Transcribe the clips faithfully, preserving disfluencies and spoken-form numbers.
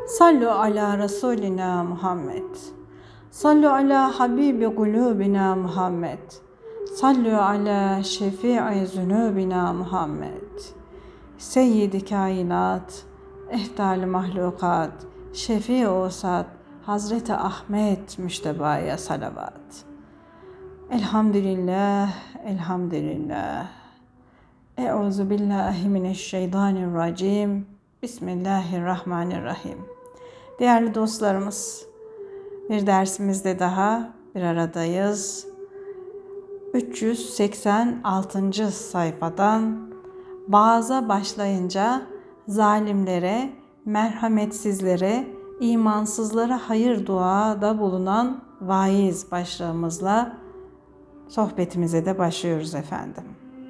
Sallu ala Resulina Muhammed. Sallu ala Habibi kulubina Muhammed. Sallu ala şefii zunubina Muhammed. Seyyid-i kainat, ehdal mahlukat, şefi osat, Hazreti Ahmet Müşteba'ya salavat. Elhamdülillah, elhamdülillah. Euzu billahi mineşşeytanirracim. Bismillahirrahmanirrahim. Değerli dostlarımız, bir dersimizde daha bir aradayız. üç yüz seksen altıncı sayfadan vaaza başlayınca zalimlere, merhametsizlere, imansızlara hayır duada bulunan vaiz başlığımızla sohbetimize de başlıyoruz efendim.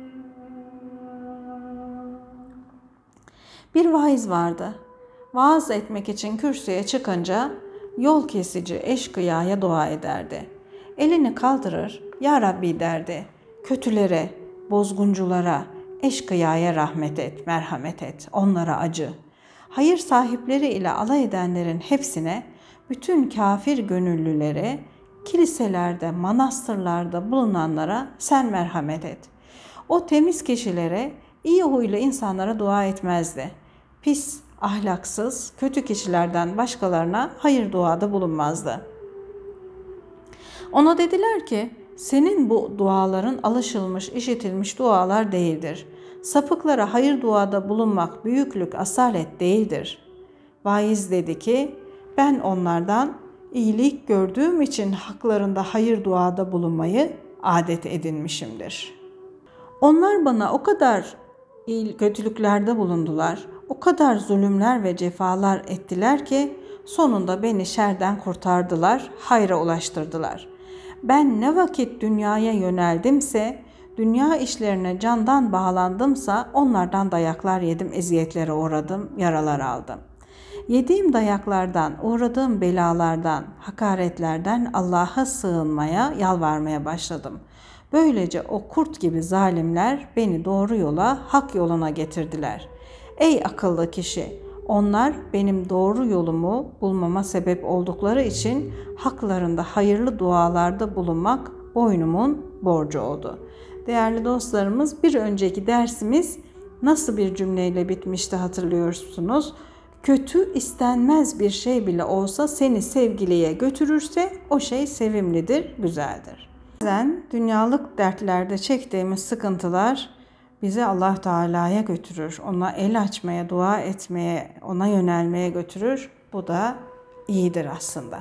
Bir vaiz vardı. Vaaz etmek için kürsüye çıkınca yol kesici eşkıyaya dua ederdi. Elini kaldırır, Ya Rabbi derdi, kötülere, bozgunculara, eşkıyaya rahmet et, merhamet et, onlara acı. Hayır sahipleri ile alay edenlerin hepsine, bütün kafir gönüllülere, kiliselerde, manastırlarda bulunanlara sen merhamet et. O temiz kişilere, iyi huylu insanlara dua etmezdi. Pis, ahlaksız, kötü kişilerden başkalarına hayır duada bulunmazdı. Ona dediler ki, senin bu duaların alışılmış, işitilmiş dualar değildir. Sapıklara hayır duada bulunmak büyüklük, asalet değildir. Vaiz dedi ki, ben onlardan iyilik gördüğüm için haklarında hayır duada bulunmayı adet edinmişimdir. Onlar bana o kadar kötülüklerde bulundular, o kadar zulümler ve cefalar ettiler ki sonunda beni şerden kurtardılar, hayra ulaştırdılar. Ben ne vakit dünyaya yöneldimse, dünya işlerine candan bağlandımsa onlardan dayaklar yedim, eziyetlere uğradım, yaralar aldım. Yediğim dayaklardan, uğradığım belalardan, hakaretlerden Allah'a sığınmaya, yalvarmaya başladım. Böylece o kurt gibi zalimler beni doğru yola, hak yoluna getirdiler. Ey akıllı kişi! Onlar benim doğru yolumu bulmama sebep oldukları için haklarında hayırlı dualarda bulunmak boynumun borcu oldu. Değerli dostlarımız, bir önceki dersimiz nasıl bir cümleyle bitmişti hatırlıyorsunuz? Kötü istenmez bir şey bile olsa seni sevgiliye götürürse o şey sevimlidir, güzeldir. Bazen dünyalık dertlerde çektiğimiz sıkıntılar bizi Allah Teala'ya götürür. Ona el açmaya, dua etmeye, ona yönelmeye götürür. Bu da iyidir aslında.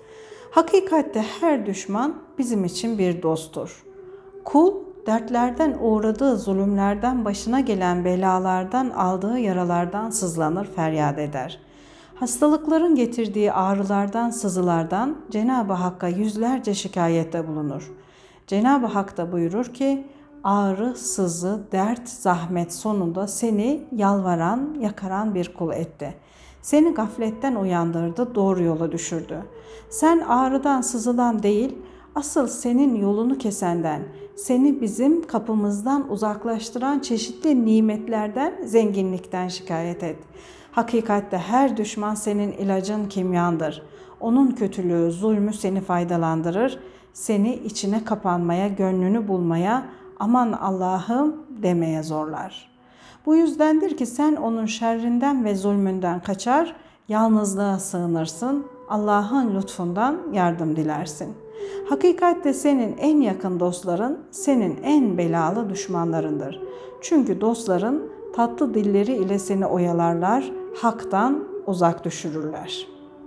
Hakikatte her düşman bizim için bir dosttur. Kul dertlerden uğradığı zulümlerden, başına gelen belalardan, aldığı yaralardan sızlanır, feryat eder. Hastalıkların getirdiği ağrılardan, sızılardan Cenab-ı Hakk'a yüzlerce şikayette bulunur. Cenab-ı Hak da buyurur ki, ağrı, sızı, dert, zahmet sonunda seni yalvaran, yakaran bir kul etti. Seni gafletten uyandırdı, doğru yola düşürdü. Sen ağrıdan, sızıdan değil, asıl senin yolunu kesenden, seni bizim kapımızdan uzaklaştıran çeşitli nimetlerden, zenginlikten şikayet et. Hakikatte her düşman senin ilacın, kimyandır. Onun kötülüğü, zulmü seni faydalandırır, seni içine kapanmaya, gönlünü bulmaya, aman Allah'ım demeye zorlar. Bu yüzdendir ki sen onun şerrinden ve zulmünden kaçar, yalnızlığa sığınırsın, Allah'ın lütfundan yardım dilersin. Hakikatte senin en yakın dostların, senin en belalı düşmanlarındır. Çünkü dostların tatlı dilleri ile seni oyalarlar, haktan uzak düşürürler.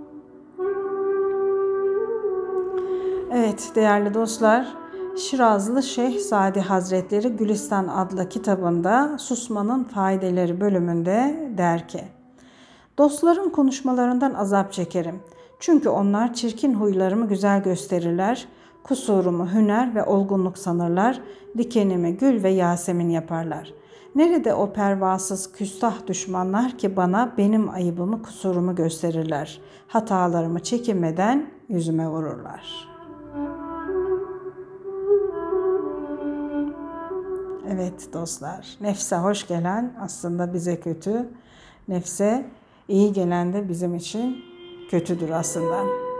Evet değerli dostlar, Şirazlı Şeyh Sadi Hazretleri Gülistan adlı kitabında Susmanın Faydeleri bölümünde der ki, dostların konuşmalarından azap çekerim. Çünkü onlar çirkin huylarımı güzel gösterirler, kusurumu hüner ve olgunluk sanırlar, dikenimi gül ve yasemin yaparlar. Nerede o pervasız küstah düşmanlar ki bana benim ayıbımı, kusurumu gösterirler, hatalarımı çekinmeden yüzüme vururlar. Evet dostlar, nefse hoş gelen aslında bize kötü. Nefse İyi gelen de bizim için kötüdür aslında.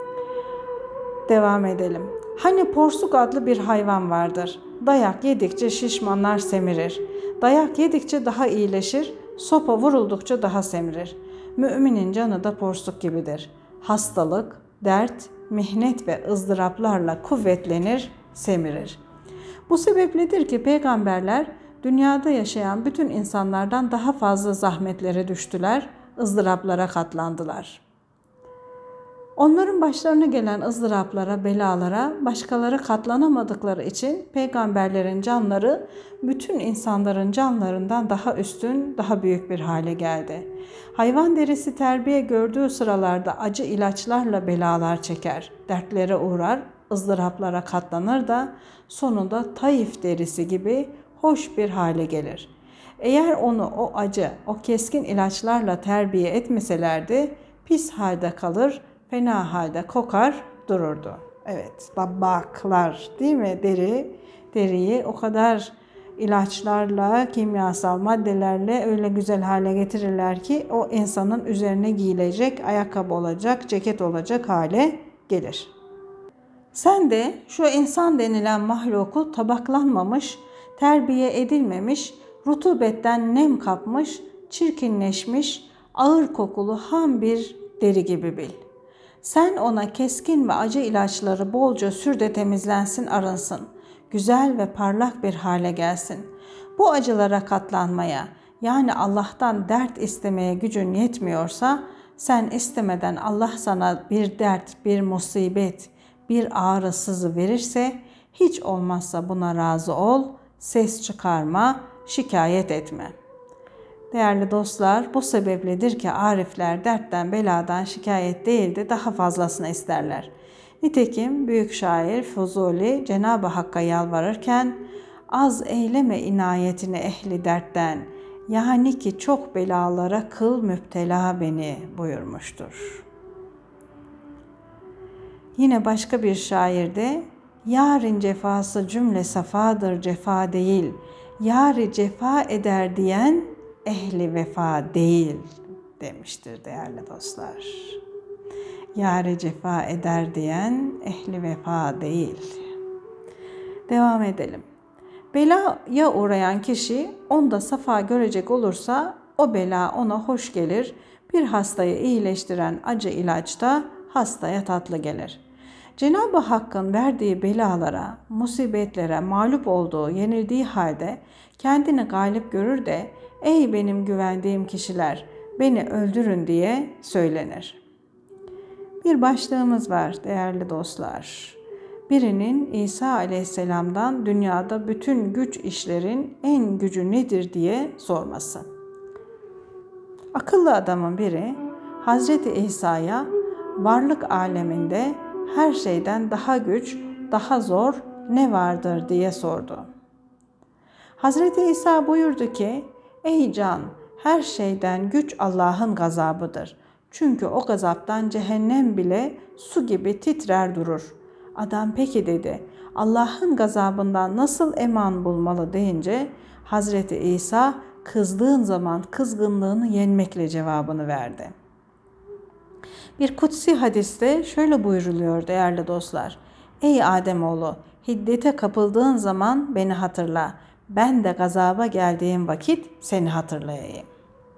Devam edelim. Hani porsuk adlı bir hayvan vardır. Dayak yedikçe şişmanlar semirir. Dayak yedikçe daha iyileşir, sopa vuruldukça daha semirir. Müminin canı da porsuk gibidir. Hastalık, dert, mihnet ve ızdıraplarla kuvvetlenir, semirir. Bu sebepledir ki peygamberler dünyada yaşayan bütün insanlardan daha fazla zahmetlere düştüler, ızdıraplara katlandılar. Onların başlarına gelen ızdıraplara, belalara başkaları katlanamadıkları için peygamberlerin canları bütün insanların canlarından daha üstün, daha büyük bir hale geldi. Hayvan derisi terbiye gördüğü sıralarda acı ilaçlarla belalar çeker, dertlere uğrar, ızdıraplara katlanır da sonunda Taif derisi gibi hoş bir hale gelir. Eğer onu o acı, o keskin ilaçlarla terbiye etmeselerdi pis halde kalır, fena halde kokar dururdu. Evet, babaklar değil mi? Deri, deriyi o kadar ilaçlarla, kimyasal maddelerle öyle güzel hale getirirler ki o insanın üzerine giyilecek, ayakkabı olacak, ceket olacak hale gelir. Sen de şu insan denilen mahluku tabaklanmamış, terbiye edilmemiş, rutubetten nem kapmış, çirkinleşmiş, ağır kokulu ham bir deri gibi bil. Sen ona keskin ve acı ilaçları bolca sür de temizlensin, arınsın. Güzel ve parlak bir hale gelsin. Bu acılara katlanmaya, yani Allah'tan dert istemeye gücün yetmiyorsa, sen istemeden Allah sana bir dert, bir musibet, bir ağrı sızı verirse, hiç olmazsa buna razı ol, ses çıkarma, şikayet etme. Değerli dostlar, bu sebepledir ki arifler dertten beladan şikayet değil de daha fazlasını isterler. Nitekim büyük şair Fuzuli Cenab-ı Hakk'a yalvarırken az eyleme inayetini ehli dertten, yani ki çok belalara kıl müptela beni buyurmuştur. Yine başka bir şairde yarın cefası cümle safadır cefa değil, yâri cefa eder diyen ehli vefa değil demiştir değerli dostlar. Yâri cefa eder diyen ehli vefa değil. Devam edelim. Belaya uğrayan kişi onda safa görecek olursa o bela ona hoş gelir. Bir hastayı iyileştiren acı ilaç da hastaya tatlı gelir. Cenab-ı Hakk'ın verdiği belalara, musibetlere mağlup olduğu, yenildiği halde kendini galip görür de ey benim güvendiğim kişiler beni öldürün diye söylenir. Bir başlığımız var değerli dostlar. Birinin İsa Aleyhisselam'dan dünyada bütün güç işlerin en gücü nedir diye sorması. Akıllı adamın biri Hazreti İsa'ya varlık aleminde her şeyden daha güç, daha zor ne vardır diye sordu. Hazreti İsa buyurdu ki, ey can, her şeyden güç Allah'ın gazabıdır. Çünkü o gazaptan cehennem bile su gibi titrer durur. Adam peki dedi, Allah'ın gazabından nasıl eman bulmalı deyince Hazreti İsa kızdığın zaman kızgınlığını yenmekle cevabını verdi. Bir kutsi hadiste şöyle buyruluyor değerli dostlar. Ey Ademoğlu, hiddete kapıldığın zaman beni hatırla. Ben de gazaba geldiğim vakit seni hatırlayayım.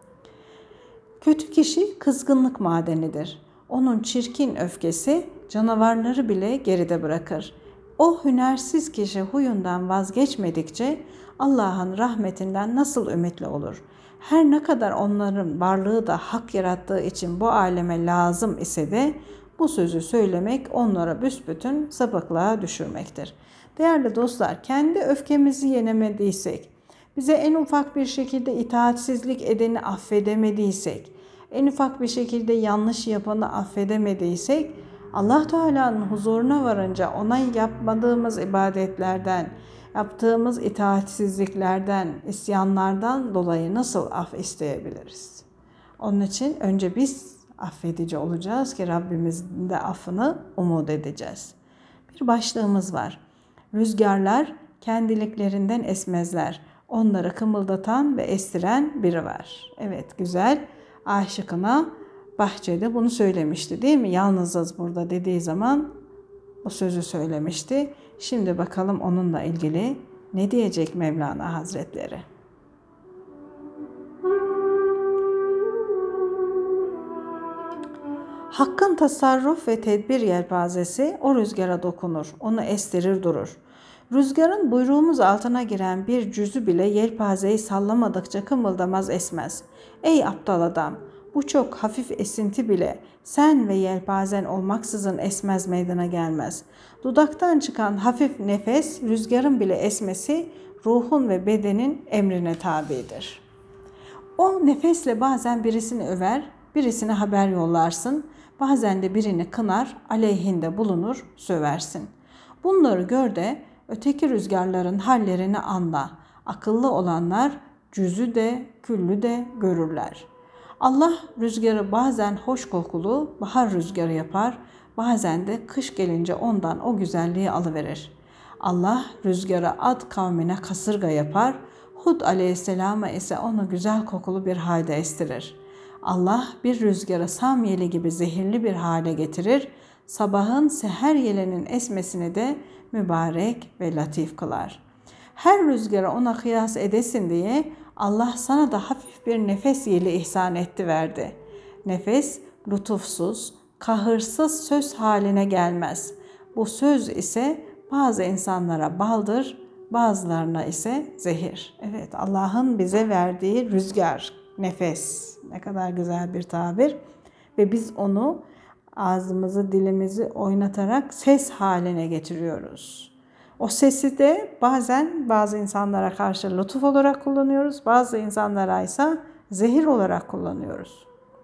Kötü kişi kızgınlık madenidir. Onun çirkin öfkesi canavarları bile geride bırakır. O hünersiz kişi huyundan vazgeçmedikçe Allah'ın rahmetinden nasıl ümitli olur? Her ne kadar onların varlığı da hak yarattığı için bu aleme lazım ise de bu sözü söylemek onlara büsbütün sapıklığa düşürmektir. Değerli dostlar, kendi öfkemizi yenemediysek, bize en ufak bir şekilde itaatsizlik edeni affedemediysek, en ufak bir şekilde yanlış yapanı affedemediysek, Allah Teala'nın huzuruna varınca ona yapmadığımız ibadetlerden, yaptığımız itaatsizliklerden, isyanlardan dolayı nasıl af isteyebiliriz? Onun için önce biz affedici olacağız ki Rabbimizin de affını umut edeceğiz. Bir başlığımız var. Rüzgarlar kendiliklerinden esmezler. Onları kımıldatan ve estiren biri var. Evet, güzel. Aşıkına bahçede bunu söylemişti değil mi? Yalnızız burada dediği zaman o sözü söylemişti. Şimdi bakalım onunla ilgili ne diyecek Mevlana Hazretleri? Hakkın tasarruf ve tedbir yelpazesi o rüzgara dokunur, onu estirir durur. Rüzgarın buyruğumuz altına giren bir cüzü bile yelpazeyi sallamadıkça kımıldamaz esmez. Ey aptal adam! Bu çok hafif esinti bile sen ve yelpazen olmaksızın esmez meydana gelmez. Dudaktan çıkan hafif nefes rüzgarın bile esmesi ruhun ve bedenin emrine tabidir. O nefesle bazen birisini över, birisine haber yollarsın, bazen de birini kınar, aleyhinde bulunur, söversin. Bunları gör de öteki rüzgarların hallerini anla. Akıllı olanlar cüzü de küllü de görürler. Allah rüzgarı bazen hoş kokulu bahar rüzgarı yapar, bazen de kış gelince ondan o güzelliği alıverir. Allah rüzgarı Ad kavmine kasırga yapar, Hud aleyhisselama ise onu güzel kokulu bir halde estirir. Allah bir rüzgarı samyeli gibi zehirli bir hale getirir, sabahın seher yelinin esmesini de mübarek ve latif kılar. Her rüzgara ona kıyas edesin diye Allah sana da hafif bir nefes yeli ihsan etti verdi. Nefes lütufsuz, kahırsız söz haline gelmez. Bu söz ise bazı insanlara baldır, bazılarına ise zehir. Evet, Allah'ın bize verdiği rüzgar, nefes. Ne kadar güzel bir tabir. Ve biz onu ağzımızı, dilimizi oynatarak ses haline getiriyoruz. O sesi de bazen bazı insanlara karşı lütuf olarak kullanıyoruz, bazı insanlara ise zehir olarak kullanıyoruz.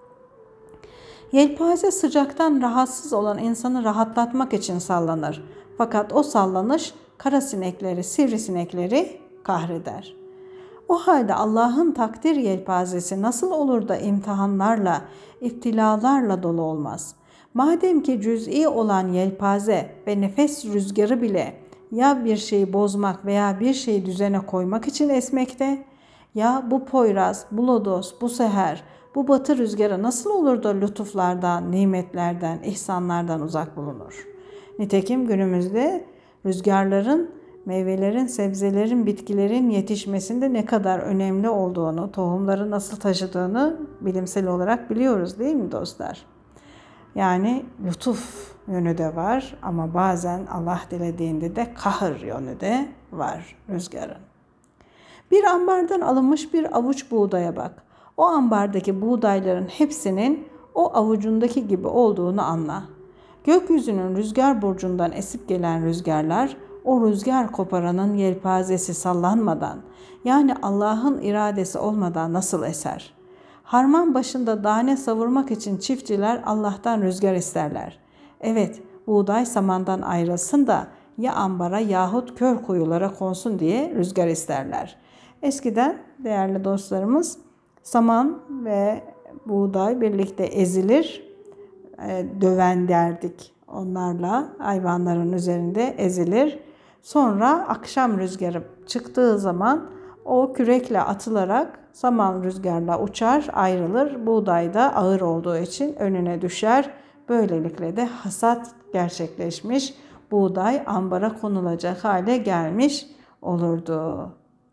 Yelpaze sıcaktan rahatsız olan insanı rahatlatmak için sallanır. Fakat o sallanış kara sinekleri, sivrisinekleri kahreder. O halde Allah'ın takdir yelpazesi nasıl olur da imtihanlarla, iptilalarla dolu olmaz? Madem ki cüz'i olan yelpaze ve nefes rüzgarı bile ya bir şeyi bozmak veya bir şeyi düzene koymak için esmekte, ya bu Poyraz, bu Lodos, bu Seher, bu batı rüzgarı nasıl olur da lütuflardan, nimetlerden, ihsanlardan uzak bulunur? Nitekim günümüzde rüzgarların, meyvelerin, sebzelerin, bitkilerin yetişmesinde ne kadar önemli olduğunu, tohumları nasıl taşıdığını bilimsel olarak biliyoruz değil mi dostlar? Yani lütuf yönü de var ama bazen Allah dilediğinde de kahır yönü de var rüzgarın. Bir ambardan alınmış bir avuç buğdaya bak. O ambardaki buğdayların hepsinin o avucundaki gibi olduğunu anla. Gökyüzünün rüzgar burcundan esip gelen rüzgarlar, o rüzgar koparanın yelpazesi sallanmadan, yani Allah'ın iradesi olmadan nasıl eser? Harman başında tane savurmak için çiftçiler Allah'tan rüzgar isterler. Evet, buğday samandan ayrılsın da ya ambara yahut kör kuyulara konsun diye rüzgar isterler. Eskiden değerli dostlarımız saman ve buğday birlikte ezilir, e, döven derdik. Onlarla hayvanların üzerinde ezilir. Sonra akşam rüzgarı çıktığı zaman o kürekle atılarak saman rüzgarla uçar, ayrılır. Buğday da ağır olduğu için önüne düşer. Böylelikle de hasat gerçekleşmiş, buğday ambara konulacak hale gelmiş olurdu.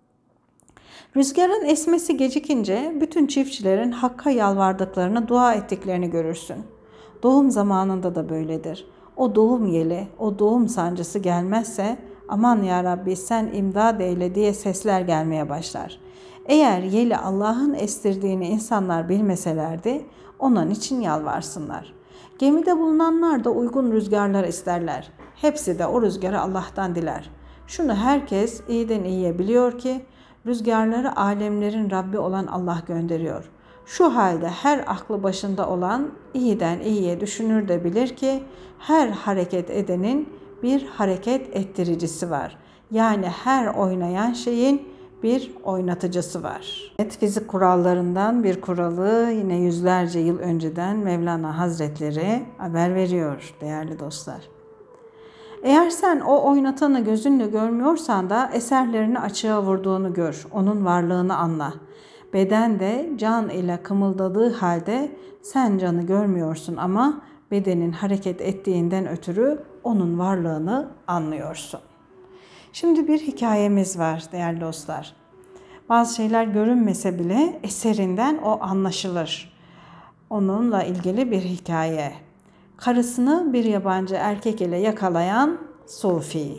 Rüzgarın esmesi gecikince bütün çiftçilerin Hakk'a yalvardıklarını, dua ettiklerini görürsün. Doğum zamanında da böyledir. O doğum yeli, o doğum sancısı gelmezse aman ya Rabbi sen imdad eyle diye sesler gelmeye başlar. Eğer yeli Allah'ın estirdiğini insanlar bilmeselerdi onun için yalvarsınlar. Gemide bulunanlar da uygun rüzgarlar isterler. Hepsi de o rüzgarı Allah'tan diler. Şunu herkes iyiden iyiye biliyor ki rüzgarları alemlerin Rabbi olan Allah gönderiyor. Şu halde her aklı başında olan iyiden iyiye düşünür de bilir ki her hareket edenin bir hareket ettiricisi var. Yani her oynayan şeyin bir oynatıcısı var. Evet, fizik kurallarından bir kuralı yine yüzlerce yıl önceden Mevlana Hazretleri haber veriyor değerli dostlar. Eğer sen o oynatanı gözünle görmüyorsan da eserlerini açığa vurduğunu gör, onun varlığını anla. Beden de can ile kımıldadığı halde sen canı görmüyorsun ama bedenin hareket ettiğinden ötürü onun varlığını anlıyorsun. Şimdi bir hikayemiz var değerli dostlar. Bazı şeyler görünmese bile eserinden o anlaşılır. Onunla ilgili bir hikaye. Karısını bir yabancı erkek ile yakalayan Sufi.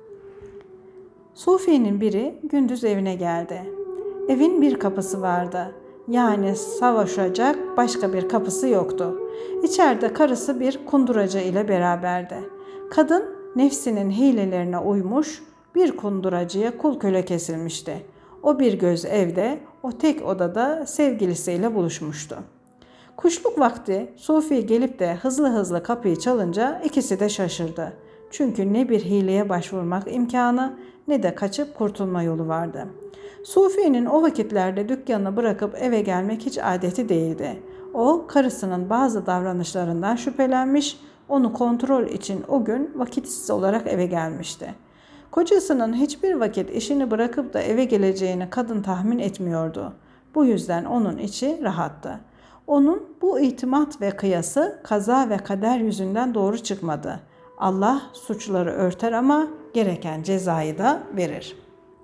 Sufi'nin biri gündüz evine geldi. Evin bir kapısı vardı. Yani savaşacak başka bir kapısı yoktu. İçeride karısı bir kunduracı ile beraberdi. Kadın nefsinin hilelerine uymuş, bir kunduracıya kul köle kesilmişti. O bir göz evde, o tek odada sevgilisiyle buluşmuştu. Kuşluk vakti Sufi gelip de hızlı hızlı kapıyı çalınca ikisi de şaşırdı. Çünkü ne bir hileye başvurmak imkanı ne de kaçıp kurtulma yolu vardı. Sufi'nin o vakitlerde dükkanını bırakıp eve gelmek hiç adeti değildi. O karısının bazı davranışlarından şüphelenmiş, onu kontrol için o gün vakitsiz olarak eve gelmişti. Kocasının hiçbir vakit işini bırakıp da eve geleceğini kadın tahmin etmiyordu. Bu yüzden onun içi rahattı. Onun bu itimat ve kıyası kaza ve kader yüzünden doğru çıkmadı. Allah suçları örter ama gereken cezayı da verir.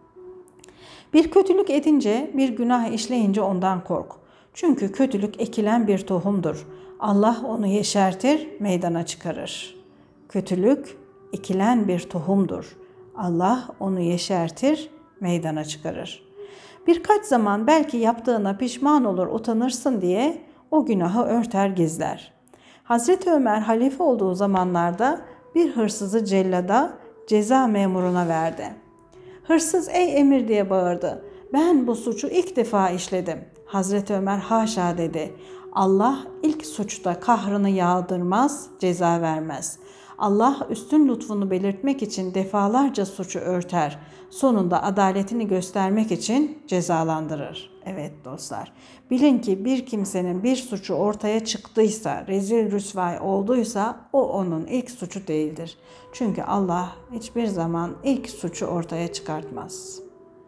Bir kötülük edince, bir günah işleyince ondan kork. Çünkü kötülük ekilen bir tohumdur. Allah onu yeşertir, meydana çıkarır. Kötülük ekilen bir tohumdur. Allah onu yeşertir, meydana çıkarır. Birkaç zaman belki yaptığına pişman olur, utanırsın diye o günahı örter gizler. Hazreti Ömer halife olduğu zamanlarda bir hırsızı cellada, ceza memuruna verdi. Hırsız ey emir diye bağırdı. Ben bu suçu ilk defa işledim. Hazreti Ömer haşa dedi. Allah ilk suçta kahrını yağdırmaz, ceza vermez. Allah üstün lütfunu belirtmek için defalarca suçu örter. Sonunda adaletini göstermek için cezalandırır. Evet dostlar, bilin ki bir kimsenin bir suçu ortaya çıktıysa, rezil rüsvay olduysa o onun ilk suçu değildir. Çünkü Allah hiçbir zaman ilk suçu ortaya çıkartmaz.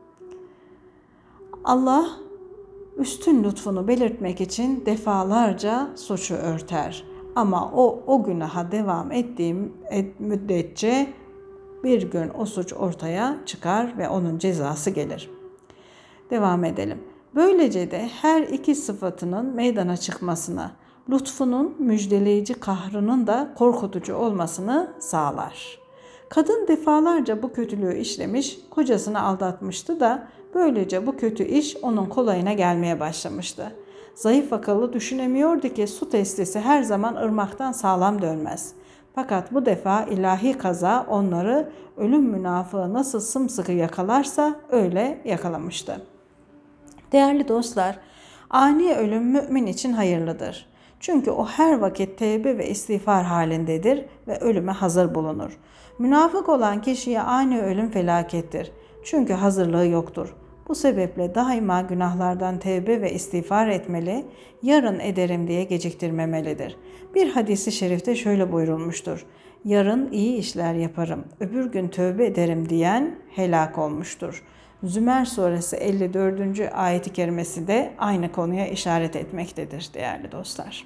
Allah üstün lütfunu belirtmek için defalarca suçu örter. Ama o o günaha devam ettiğim et, müddetçe bir gün o suç ortaya çıkar ve onun cezası gelir. Devam edelim. Böylece de her iki sıfatının meydana çıkmasına, lütfunun müjdeleyici kahrının da korkutucu olmasını sağlar. Kadın defalarca bu kötülüğü işlemiş, kocasını aldatmıştı da böylece bu kötü iş onun kolayına gelmeye başlamıştı. Zayıf akıllı düşünemiyordu ki su testisi her zaman ırmaktan sağlam dönmez. Fakat bu defa ilahi kaza onları ölüm münafığı nasıl sımsıkı yakalarsa öyle yakalamıştı. Değerli dostlar, ani ölüm mümin için hayırlıdır. Çünkü o her vakit tevbe ve istiğfar halindedir ve ölüme hazır bulunur. Münafık olan kişiye ani ölüm felakettir. Çünkü hazırlığı yoktur. Bu sebeple daima günahlardan tevbe ve istiğfar etmeli, yarın ederim diye geciktirmemelidir. Bir hadisi şerifte şöyle buyurulmuştur. Yarın iyi işler yaparım, öbür gün tövbe ederim diyen helak olmuştur. Zümer suresi elli dördüncü ayet-i kerimesi de aynı konuya işaret etmektedir değerli dostlar.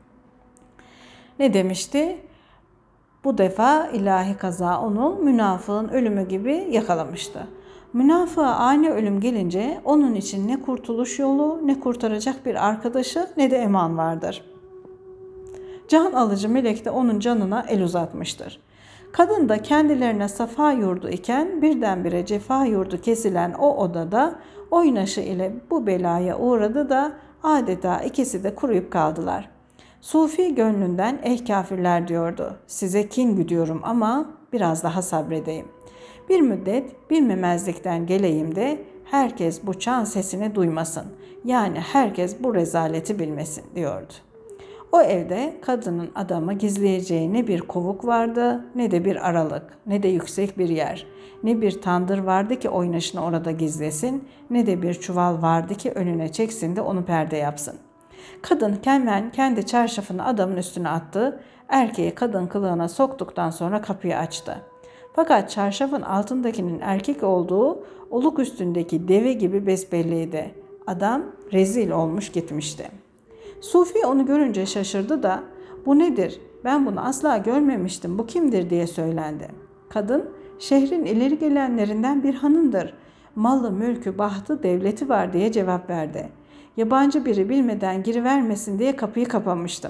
Ne demişti? Bu defa ilahi kaza onu münafığın ölümü gibi yakalamıştı. Münafığa ani ölüm gelince onun için ne kurtuluş yolu, ne kurtaracak bir arkadaşı, ne de eman vardır. Can alıcı melek de onun canına el uzatmıştır. Kadın da kendilerine safa yurdu iken birdenbire cefa yurdu kesilen o odada oynaşı ile bu belaya uğradı da adeta ikisi de kuruyup kaldılar. Sufi gönlünden ey kafirler diyordu, size kin güdüyorum ama biraz daha sabredeyim. Bir müddet bilmemezlikten geleyim de herkes bu çan sesini duymasın. Yani herkes bu rezaleti bilmesin diyordu. O evde kadının adamı gizleyeceği ne bir kovuk vardı, ne de bir aralık, ne de yüksek bir yer. Ne bir tandır vardı ki oynaşını orada gizlesin, ne de bir çuval vardı ki önüne çeksin de onu perde yapsın. Kadın hemen kendi çarşafını adamın üstüne attı, erkeği kadın kılığına soktuktan sonra kapıyı açtı. Fakat çarşafın altındakinin erkek olduğu oluk üstündeki deve gibi besbelliydi. Adam rezil olmuş gitmişti. Sufi onu görünce şaşırdı da bu nedir? Ben bunu asla görmemiştim. Bu kimdir diye söylendi. Kadın şehrin ileri gelenlerinden bir hanımdır. Malı, mülkü, bahtı, devleti var diye cevap verdi. Yabancı biri bilmeden girivermesin diye kapıyı kapamıştım.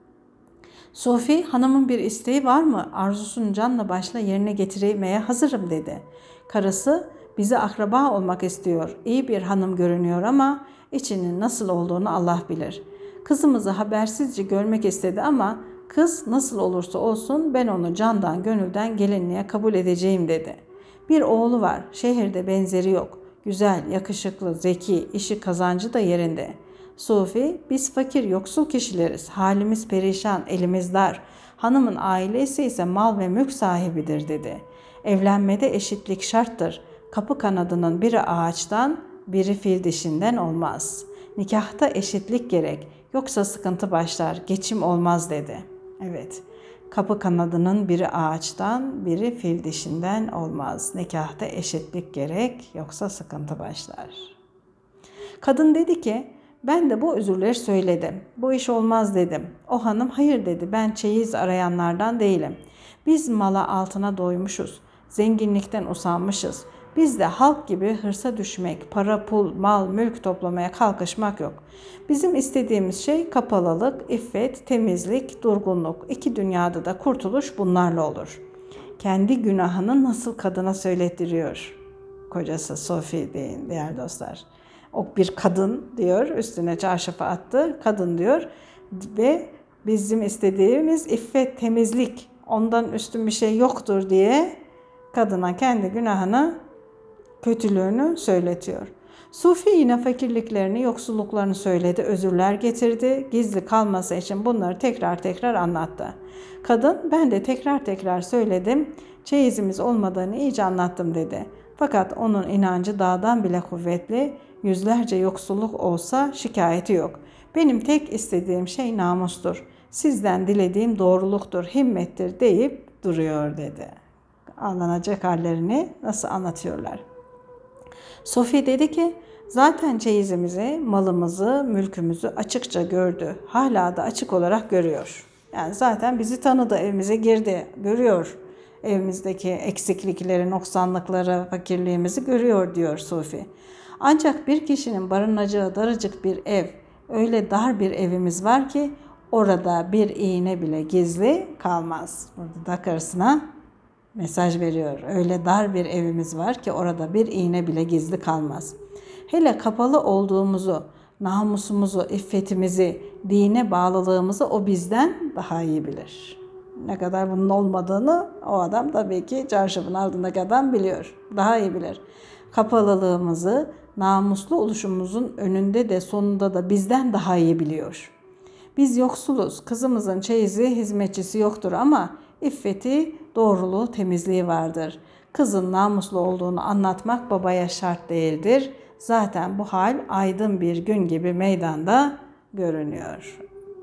Sofi, hanımın bir isteği var mı? Arzusunu canla başla yerine getirmeye hazırım dedi. Karısı bize akraba olmak istiyor. İyi bir hanım görünüyor ama içinin nasıl olduğunu Allah bilir. Kızımızı habersizce görmek istedi ama kız nasıl olursa olsun ben onu candan gönülden gelinliğe kabul edeceğim dedi. Bir oğlu var. Şehirde benzeri yok. Güzel, yakışıklı, zeki, işi kazancı da yerinde. Sufi, biz fakir yoksul kişileriz. Halimiz perişan, elimiz dar. Hanımın ailesi ise mal ve mülk sahibidir dedi. Evlenmede eşitlik şarttır. Kapı kanadının biri ağaçtan, biri fil dişinden olmaz. Nikahta eşitlik gerek. Yoksa sıkıntı başlar, geçim olmaz dedi. Evet, kapı kanadının biri ağaçtan, biri fil dişinden olmaz. Nikahta eşitlik gerek, yoksa sıkıntı başlar. Kadın dedi ki, ben de bu özürleri söyledim. Bu iş olmaz dedim. O hanım hayır dedi, ben çeyiz arayanlardan değilim. Biz mala altına doymuşuz. Zenginlikten usanmışız. Biz de halk gibi hırsa düşmek, para, pul, mal, mülk toplamaya kalkışmak yok. Bizim istediğimiz şey kapalılık, iffet, temizlik, durgunluk. İki dünyada da kurtuluş bunlarla olur. Kendi günahını nasıl kadına söylettiriyor kocası Sofi deyin değerli dostlar. O bir kadın diyor, üstüne çarşafı attı, kadın diyor ve bizim istediğimiz iffet, temizlik, ondan üstün bir şey yoktur diye kadına kendi günahını, kötülüğünü söyletiyor. Sufi yine fakirliklerini, yoksulluklarını söyledi, özürler getirdi. Gizli kalması için bunları tekrar tekrar anlattı. Kadın, ben de tekrar tekrar söyledim, çeyizimiz olmadığını iyice anlattım dedi. Fakat onun inancı dağdan bile kuvvetli, yüzlerce yoksulluk olsa şikayeti yok. Benim tek istediğim şey namustur. Sizden dilediğim doğruluktur, himmettir deyip duruyor dedi. Anlanacak hallerini nasıl anlatıyorlar. Sofi dedi ki, zaten çeyizimizi, malımızı, mülkümüzü açıkça gördü. Hala da açık olarak görüyor. Yani zaten bizi tanıdı, evimize girdi, görüyor. Evimizdeki eksiklikleri, noksanlıkları, fakirliğimizi görüyor diyor Sufi. Ancak bir kişinin barınacağı daracık bir ev, öyle dar bir evimiz var ki orada bir iğne bile gizli kalmaz. Burada da karısına mesaj veriyor. Öyle dar bir evimiz var ki orada bir iğne bile gizli kalmaz. Hele kapalı olduğumuzu, namusumuzu, iffetimizi, dine bağlılığımızı o bizden daha iyi bilir. Ne kadar bunun olmadığını o adam tabii ki çarşafın altındaki adam biliyor. Daha iyi bilir. Kapalılığımızı, namuslu oluşumuzun önünde de sonunda da bizden daha iyi biliyor. Biz yoksuluz. Kızımızın çeyizi, hizmetçisi yoktur ama iffeti, doğruluğu, temizliği vardır. Kızın namuslu olduğunu anlatmak babaya şart değildir. Zaten bu hal aydın bir gün gibi meydanda görünüyor.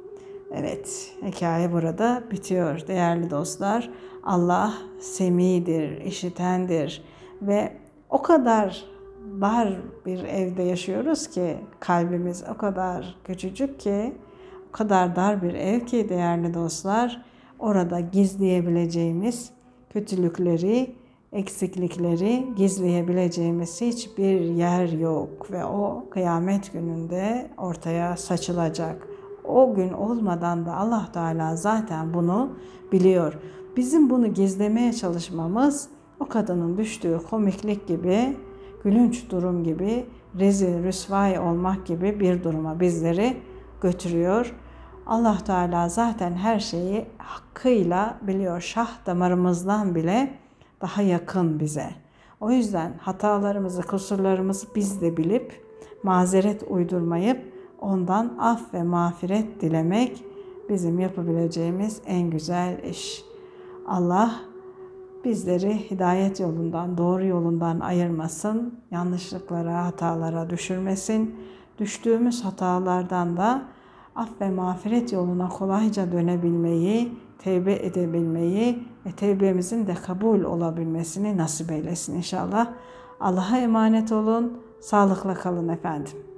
Evet, hikaye burada bitiyor değerli dostlar. Allah semidir, işitendir ve o kadar dar bir evde yaşıyoruz ki kalbimiz o kadar küçücük ki, o kadar dar bir ev ki değerli dostlar, orada gizleyebileceğimiz kötülükleri, eksiklikleri gizleyebileceğimiz hiçbir yer yok ve o kıyamet gününde ortaya saçılacak. O gün olmadan da Allah Teala zaten bunu biliyor. Bizim bunu gizlemeye çalışmamız o kadının düştüğü komiklik gibi, gülünç durum gibi, rezil rüsvay olmak gibi bir duruma bizleri götürüyor. Allah Teala zaten her şeyi hakkıyla biliyor. Şah damarımızdan bile daha yakın bize. O yüzden hatalarımızı, kusurlarımızı biz de bilip mazeret uydurmayıp ondan af ve mağfiret dilemek bizim yapabileceğimiz en güzel iş. Allah bizleri hidayet yolundan, doğru yolundan ayırmasın, yanlışlıklara, hatalara düşürmesin. Düştüğümüz hatalardan da af ve mağfiret yoluna kolayca dönebilmeyi, tevbe edebilmeyi ve tevbemizin de kabul olabilmesini nasip eylesin inşallah. Allah'a emanet olun, sağlıkla kalın efendim.